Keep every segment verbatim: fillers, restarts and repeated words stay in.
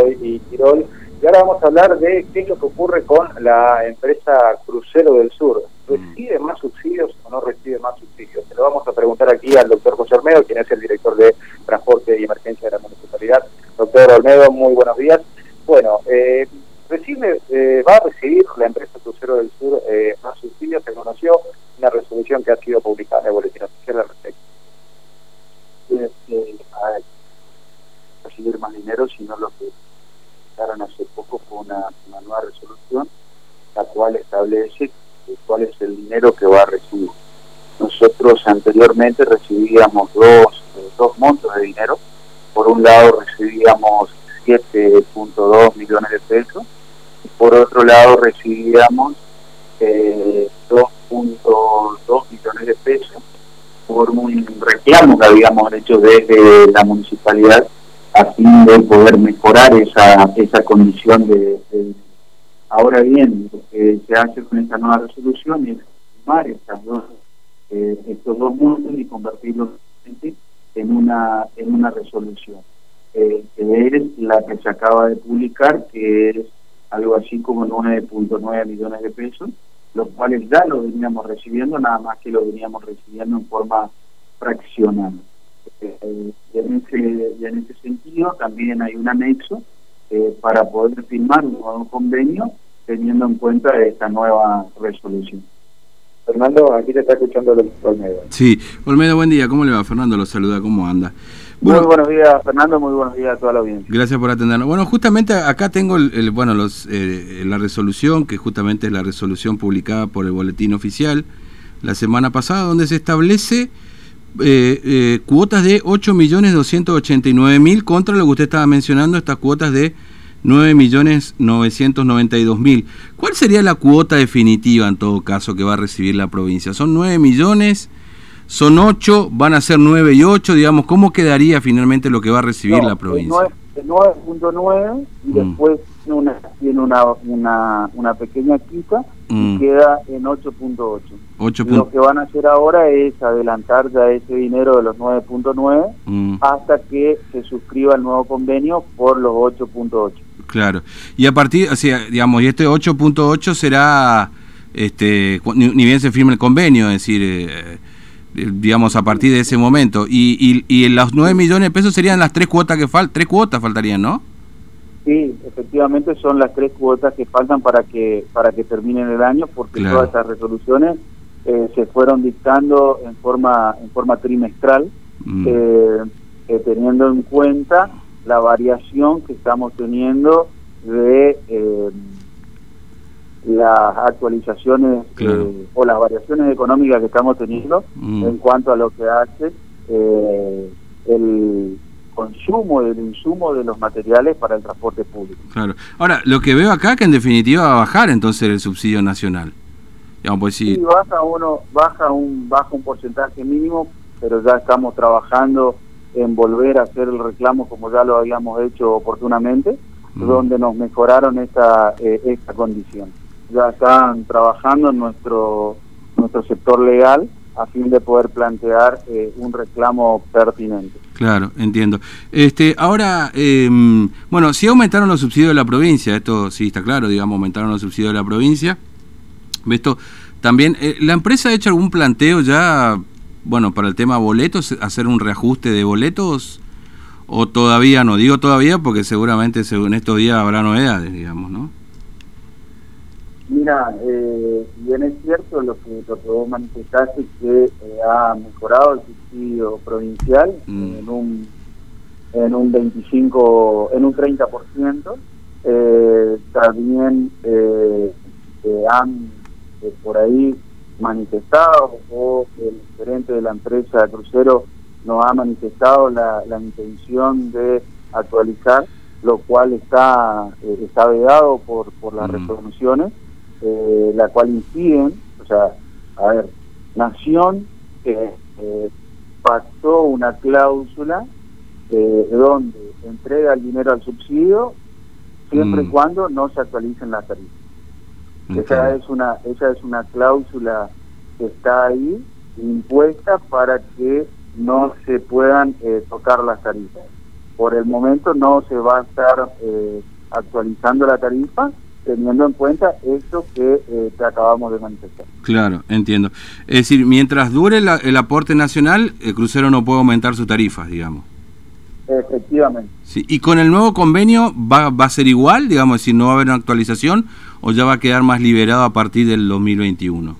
Godoy y Tirol. Y ahora vamos a hablar de qué es lo que ocurre con la empresa Crucero del Sur. ¿Recibe más subsidios o no recibe más subsidios? Se lo vamos a preguntar aquí al doctor José Olmedo, quien es el director de Transporte y Emergencia de la Municipalidad. Doctor Olmedo, muy buenos días. Bueno, eh, recibe, eh, va a recibir la empresa Crucero del Sur eh, más subsidios. Se conoció una resolución que ha sido publicada en el Boletín Oficial al respecto. Eh, eh, a recibir más dinero, sino lo que hace poco fue una, una nueva resolución, la cual establece cuál es el dinero que va a recibir. Nosotros anteriormente recibíamos dos, eh, dos montos de dinero. Por un lado recibíamos siete punto dos millones de pesos, y por otro lado recibíamos eh, dos punto dos millones de pesos por un reclamo que habíamos hecho desde la municipalidad a fin de poder mejorar esa esa condición de, de... Ahora bien, lo que se hace con esta nueva resolución es sumar estas dos, eh, estos dos montos y convertirlos en una en una resolución, eh, que es la que se acaba de publicar, que es algo así como nueve punto nueve millones de pesos, los cuales ya lo veníamos recibiendo, nada más que lo veníamos recibiendo en forma fraccionada. Eh, y, en ese, y en ese sentido también hay un anexo eh, para poder firmar un nuevo convenio teniendo en cuenta esta nueva resolución. Fernando, aquí te está escuchando el doctor Olmedo. Sí, Olmedo, buen día, ¿cómo le va? Fernando lo saluda, ¿cómo anda? Bueno, muy buenos días, Fernando, muy buenos días a toda la audiencia. Gracias por atendernos. Bueno, justamente acá tengo el, el, bueno los eh, la resolución, que justamente es la resolución publicada por el Boletín Oficial la semana pasada, donde se establece Eh, eh, cuotas de ocho millones doscientos ochenta y nueve mil contra lo que usted estaba mencionando, estas cuotas de nueve millones novecientos noventa y dos mil. ¿Cuál sería la cuota definitiva en todo caso que va a recibir la provincia? ¿Son nueve millones? ¿Son ocho? ¿Van a ser nueve y ocho? Digamos, ¿cómo quedaría finalmente lo que va a recibir no, la provincia? nueve punto nueve y mm. después tiene una, tiene una, una, una pequeña quita mm. y queda en ocho punto ocho. Lo que van a hacer ahora es adelantar ya ese dinero de los nueve punto nueve mm. hasta que se suscriba el nuevo convenio por los ocho punto ocho. Claro. Y a partir, o sea, digamos, y este ocho punto ocho será, este, ni, ni bien se firme el convenio, es decir, eh, digamos, a partir de ese momento. Y, y, y los nueve millones de pesos serían las tres cuotas que faltan, tres cuotas faltarían, ¿no? Sí, efectivamente son las tres cuotas que faltan para que para que terminen el año, porque claro, todas estas resoluciones eh, se fueron dictando en forma en forma trimestral, mm. eh, eh, teniendo en cuenta la variación que estamos teniendo de eh, las actualizaciones claro. eh, o las variaciones económicas que estamos teniendo mm. en cuanto a lo que hace eh, el consumo del insumo de los materiales para el transporte público. Claro. Ahora, lo que veo acá que en definitiva va a bajar entonces el subsidio nacional. Digamos, pues, sí. sí, baja uno, baja un baja un porcentaje mínimo, pero ya estamos trabajando en volver a hacer el reclamo como ya lo habíamos hecho oportunamente, mm. donde nos mejoraron esta eh, esta condición. Ya están trabajando en nuestro nuestro sector legal a fin de poder plantear eh, un reclamo pertinente. Claro, entiendo. Este, ahora, eh, bueno, sí aumentaron los subsidios de la provincia, esto sí está claro, digamos, aumentaron los subsidios de la provincia. Esto también, eh, ¿la empresa ha hecho algún planteo ya, bueno, para el tema boletos, hacer un reajuste de boletos? ¿O todavía no? Digo todavía porque seguramente según estos días habrá novedades, digamos, ¿no? Mira, eh, bien es cierto lo que, lo que vos manifestaste, que eh, ha mejorado el subsidio provincial mm. en un en un veinticinco, en un treinta por ciento. Eh, también eh, eh, han eh, por ahí manifestado, o el gerente de la empresa Crucero nos ha manifestado la, la intención de actualizar, lo cual está eh, está vedado por, por las mm. resoluciones. Eh, la cual inciden, o sea, a ver, Nación eh, eh, pactó una cláusula eh, donde entrega el dinero al subsidio siempre mm. y cuando no se actualicen las tarifas. Okay. Esa es una esa es una cláusula que está ahí impuesta para que no se puedan eh, tocar las tarifas. por el momento no se va a estar eh, actualizando la tarifa, teniendo en cuenta esto que eh, te acabamos de manifestar. Claro, entiendo. Es decir, mientras dure la, el aporte nacional, el crucero no puede aumentar sus tarifas, digamos. Efectivamente. Sí. ¿Y con el nuevo convenio va, va a ser igual, digamos, es decir, no va a haber una actualización o ya va a quedar más liberado a partir del dos mil veintiuno?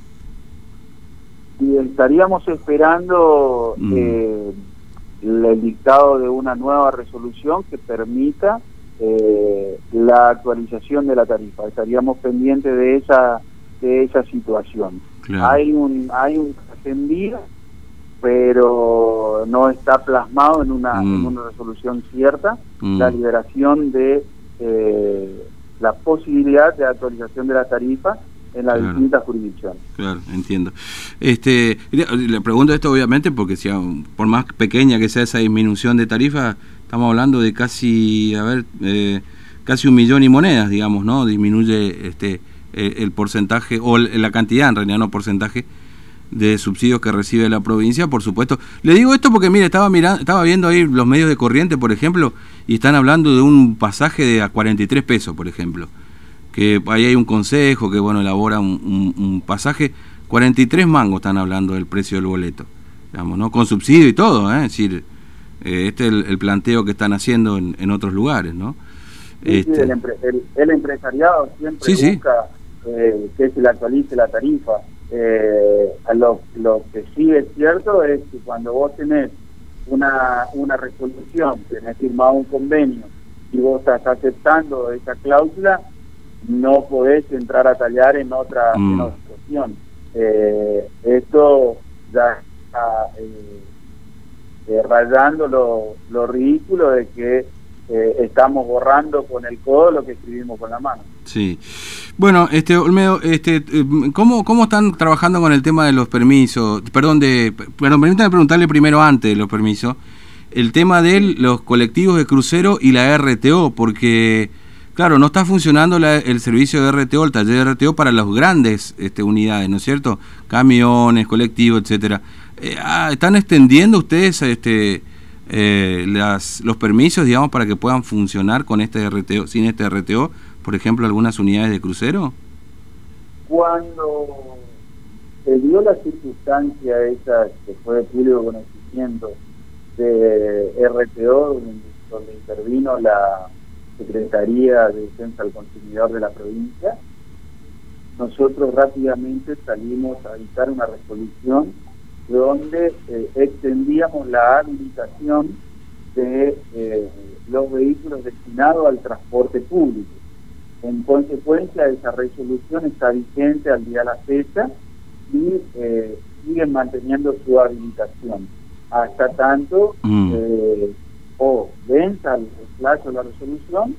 Y estaríamos esperando mm. eh, el dictado de una nueva resolución que permita eh, la actualización de la tarifa. Estaríamos pendientes de esa de esa situación. Claro. Hay un hay un trascendido, pero no está plasmado en una, mm. en una resolución cierta mm. la liberación de eh, la posibilidad de actualización de la tarifa en las claro. distintas jurisdicciones. Claro, entiendo. Este, le pregunto esto obviamente porque si por más pequeña que sea esa disminución de tarifa, estamos hablando de casi, a ver, eh, casi un millón y monedas, digamos, ¿no? Disminuye este eh, el porcentaje, o la cantidad en realidad, no porcentaje, de subsidios que recibe la provincia, por supuesto. Le digo esto porque, mire, estaba mirando, estaba viendo ahí los medios de corriente, por ejemplo, y están hablando de un pasaje de a cuarenta y tres pesos, por ejemplo. Que ahí hay un consejo que, bueno, elabora un, un, un pasaje, cuarenta y tres mangos están hablando del precio del boleto, digamos, ¿no? Con subsidio y todo, ¿eh? Es decir, eh, este es el, el planteo que están haciendo en, en otros lugares, ¿no? Sí, este... sí, el, empre el, el empresariado siempre sí, busca sí. Eh, que se le actualice la tarifa. Eh, lo, lo que sí es cierto es que cuando vos tenés una, una resolución, tenés firmado un convenio y vos estás aceptando esa cláusula, no podés entrar a tallar en otra, mm. en otra cuestión. Eh, esto ya está eh, eh, rayando lo, lo ridículo de que eh, estamos borrando con el codo lo que escribimos con la mano. Sí. Bueno, este Olmedo, este, ¿cómo, cómo están trabajando con el tema de los permisos? Perdón, de, perdón, permítame preguntarle primero antes de los permisos, el tema de los colectivos de crucero y la R T O, porque, claro, no está funcionando la, el servicio de R T O, el taller de R T O para las grandes este, unidades, ¿no es cierto? Camiones, colectivos, etcétera. Eh, ah, ¿Están extendiendo ustedes este, eh, las, los permisos, digamos, para que puedan funcionar con este R T O, sin este R T O? Por ejemplo, algunas unidades de crucero. Cuando se dio la circunstancia esa que fue de público conocimiento de R T O, donde, donde intervino la Secretaría de Defensa del Consumidor de la provincia, nosotros rápidamente salimos a dictar una resolución donde eh, extendíamos la habilitación de eh, los vehículos destinados al transporte público. En consecuencia, esa resolución está vigente al día de la fecha y eh, siguen manteniendo su habilitación hasta tanto mm. eh, o venza el plazo de la resolución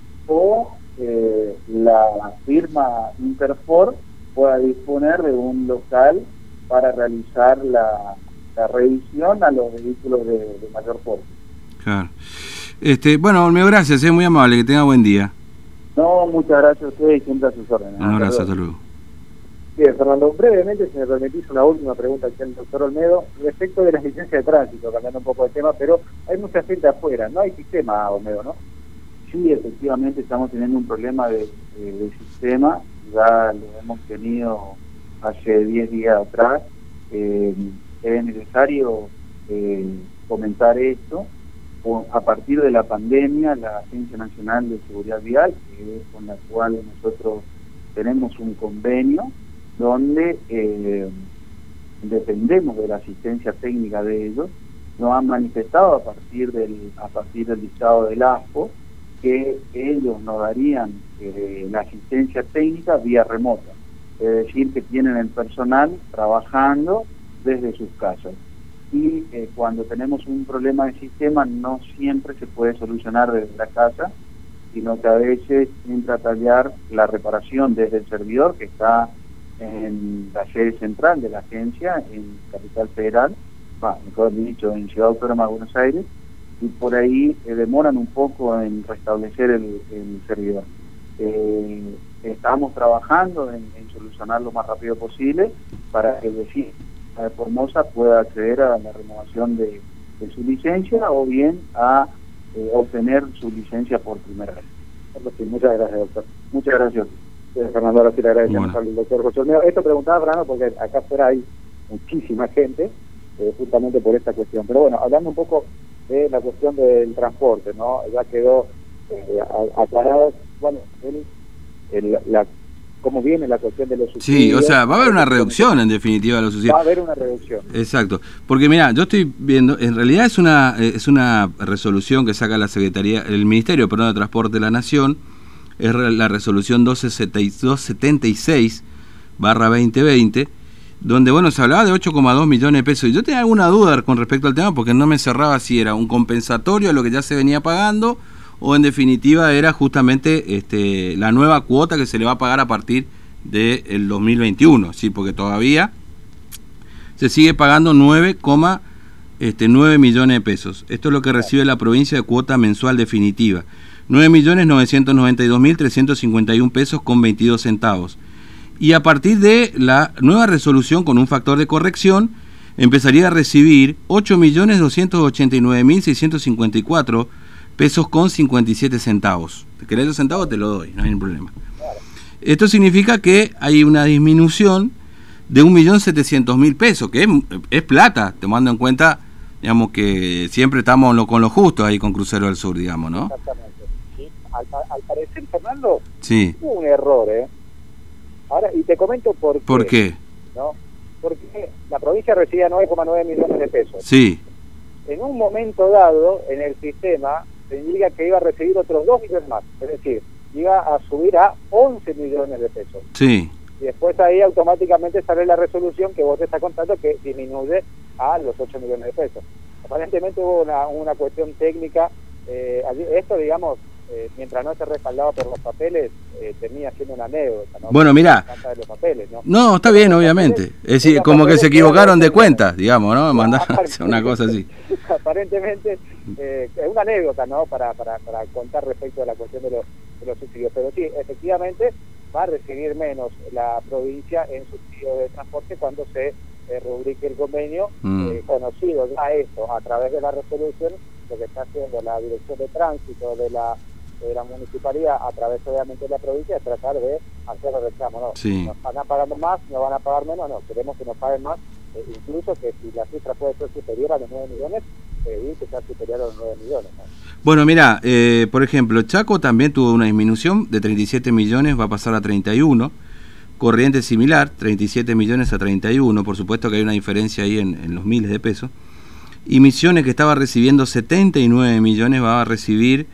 o eh, la firma Interfor pueda disponer de un local para realizar la, la revisión a los vehículos de, de mayor porte. Claro. Este, bueno, Olmedo, gracias, es muy amable, que tenga buen día. No, muchas gracias a ustedes y siempre a sus órdenes. Un abrazo, hasta luego. Bien, Fernando, brevemente, si me permitís una última pregunta aquí al doctor Olmedo, respecto de las licencias de tránsito, cambiando un poco de tema, pero hay mucha gente afuera, no hay sistema, Olmedo, ¿no? Sí, efectivamente estamos teniendo un problema de, de, de sistema, ya lo hemos tenido hace diez días atrás. Eh, es necesario eh, comentar esto. A partir de la pandemia, la Agencia Nacional de Seguridad Vial, que es con la cual nosotros tenemos un convenio, donde eh, dependemos de la asistencia técnica de ellos, nos han manifestado a partir del a partir del dictado del A S P O que ellos nos darían eh, la asistencia técnica vía remota, es decir, que tienen el personal trabajando desde sus casas. Y eh, cuando tenemos un problema de sistema no siempre se puede solucionar desde la casa, sino que a veces entra a tallar la reparación desde el servidor que está en la sede central de la agencia, en Capital Federal, bah, mejor dicho, en Ciudad Autónoma de Buenos Aires, y por ahí eh, demoran un poco en restablecer el, el servidor. Eh, estamos trabajando en, en solucionar lo más rápido posible para que el vecino de Formosa pueda acceder a la renovación de, de su licencia o bien a eh, obtener su licencia por primera vez. Sí, muchas gracias, doctor. Muchas gracias. Sí, Fernando, ahora sí le agradecemos Bueno. al doctor José Olmedo. Esto preguntaba, Fernando, porque acá afuera hay muchísima gente, eh, justamente por esta cuestión. Pero bueno, hablando un poco de la cuestión del transporte, ¿no? Ya quedó eh, aclarado, bueno, el, el, la, cómo viene la cuestión de los subsidios. Sí, o sea, va a haber una reducción en definitiva de los subsidios. Va a haber una reducción. Exacto, porque mira, yo estoy viendo, en realidad es una es una resolución que saca la Secretaría, el Ministerio, perdón, de Transporte de la Nación, es la resolución doscientos setenta y seis barra veinte veinte, donde bueno, se hablaba de ocho coma dos millones de pesos, y yo tenía alguna duda con respecto al tema, porque no me cerraba si era un compensatorio a lo que ya se venía pagando, o en definitiva era justamente este la nueva cuota que se le va a pagar a partir del dos mil veintiuno, sí, porque todavía se sigue pagando nueve coma nueve millones de pesos. Esto es lo que recibe la provincia de cuota mensual definitiva. nueve millones novecientos noventa y dos mil trescientos cincuenta y uno pesos con veintidós centavos. Y a partir de la nueva resolución con un factor de corrección, empezaría a recibir ocho millones doscientos ochenta y nueve mil seiscientos cincuenta y cuatro pesos con cincuenta y siete centavos. ¿Te querés los centavos? Te lo doy, no hay ningún problema. Esto significa que hay una disminución de un millón setecientos mil pesos, que es, es plata, tomando en cuenta, digamos, que siempre estamos lo, con lo justo ahí con Crucero del Sur, digamos, ¿no? Exactamente. ¿Sí? Al, al parecer, Fernando, sí. hubo un error, ¿eh? Ahora, y te comento por qué. ¿Por qué? ¿No? Porque la provincia recibía nueve coma nueve millones de pesos. Sí. En un momento dado, en el sistema, se indica que iba a recibir otros dos millones más. Es decir, iba a subir a once millones de pesos. Sí. Y después ahí automáticamente sale la resolución que vos te estás contando que disminuye a los ocho millones de pesos. Aparentemente hubo una, una cuestión técnica. Eh, allí, esto, digamos, eh, mientras no se respaldaba por los papeles, eh, termina siendo una anécdota, ¿no? Bueno, mirá. De los papeles, ¿no? No, está bien, obviamente. Es decir, como que se equivocaron de cuentas, digamos, ¿no? Mandar una cosa así. Aparentemente eh, es una anécdota, ¿no? Para, para, para contar respecto a la cuestión de los, de los subsidios. Pero sí, efectivamente va a recibir menos la provincia en subsidio de transporte cuando se eh, rubrique el convenio, mm. eh, conocido ya esto a través de la resolución, lo que está haciendo la Dirección de Tránsito de la de la municipalidad a través obviamente de la provincia, es tratar de hacer el reclamo, ¿no? Sí. Nos van a pagar más, nos van a pagar menos, no, queremos que nos paguen más, eh, incluso que si la cifra puede ser superior a los nueve millones, pedir que sea superior a los nueve millones, ¿no? Bueno, mira, eh, por ejemplo, Chaco también tuvo una disminución de treinta y siete millones, va a pasar a treinta y uno. Corrientes similar, treinta y siete millones a treinta y uno, por supuesto que hay una diferencia ahí en, en los miles de pesos. Y Misiones, que estaba recibiendo setenta y nueve millones, va a recibir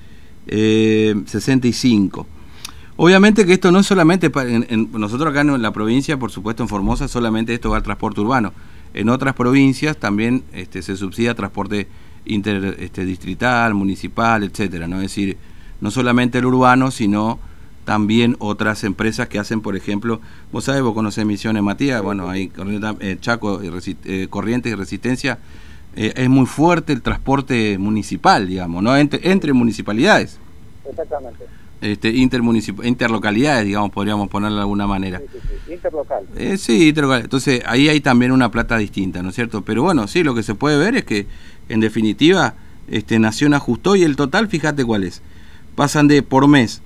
eh, sesenta y cinco. Obviamente que esto no es solamente, para, en, en, nosotros acá en la provincia, por supuesto en Formosa, solamente esto va al transporte urbano. En otras provincias también este, se subsidia transporte interdistrital, este, municipal, etcétera, ¿no? Es decir, no solamente el urbano, sino también otras empresas que hacen, por ejemplo, vos sabés, vos conocés Misiones, Matías, bueno, hay eh, Chaco, eh, Corrientes y Resistencia, eh, es muy fuerte el transporte municipal, digamos, ¿no? Entre, entre municipalidades. Exactamente. Este, intermunicip interlocalidades, digamos, podríamos ponerlo de alguna manera. Sí, sí, sí. Interlocal. Eh, sí, interlocal. Entonces, ahí hay también una plata distinta, ¿no es cierto? Pero bueno, sí, lo que se puede ver es que, en definitiva, este, Nación ajustó y el total, fíjate cuál es. Pasan de, por mes,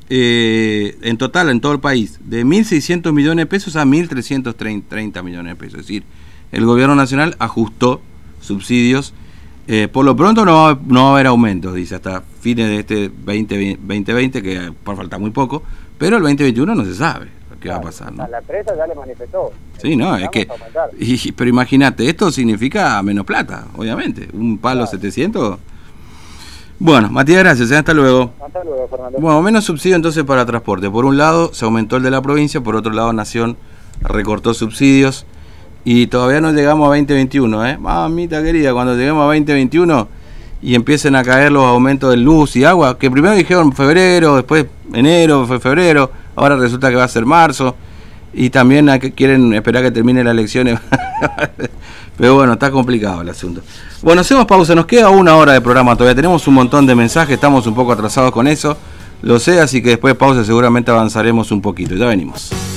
eh, en total, en todo el país, de mil seiscientos millones de pesos a mil trescientos treinta millones de pesos. Es decir, el gobierno nacional ajustó subsidios. Eh, por lo pronto no va, no va a haber aumentos, dice, hasta fines de este veinte veinte, que por falta muy poco, pero el veinte veintiuno no se sabe qué claro, va a pasar, ¿no? La empresa ya le manifestó. Sí, no, es que... Y, pero imagínate, esto significa menos plata, obviamente, un palo claro. setecientos. Bueno, Matías, gracias, ¿eh? Hasta luego. Hasta luego, Fernando. Bueno, menos subsidio entonces para transporte. Por un lado se aumentó el de la provincia, por otro lado Nación recortó subsidios. Y todavía no llegamos a veinte veintiuno, ¿eh? Mamita querida, cuando lleguemos a veinte veintiuno y empiecen a caer los aumentos de luz y agua, que primero dijeron febrero, después enero, fue febrero, ahora resulta que va a ser marzo, y también a que quieren esperar que termine las elecciones. Pero bueno, está complicado el asunto. Bueno, hacemos pausa, nos queda una hora de programa todavía, tenemos un montón de mensajes, estamos un poco atrasados con eso, lo sé, así que después de pausa seguramente avanzaremos un poquito, ya venimos.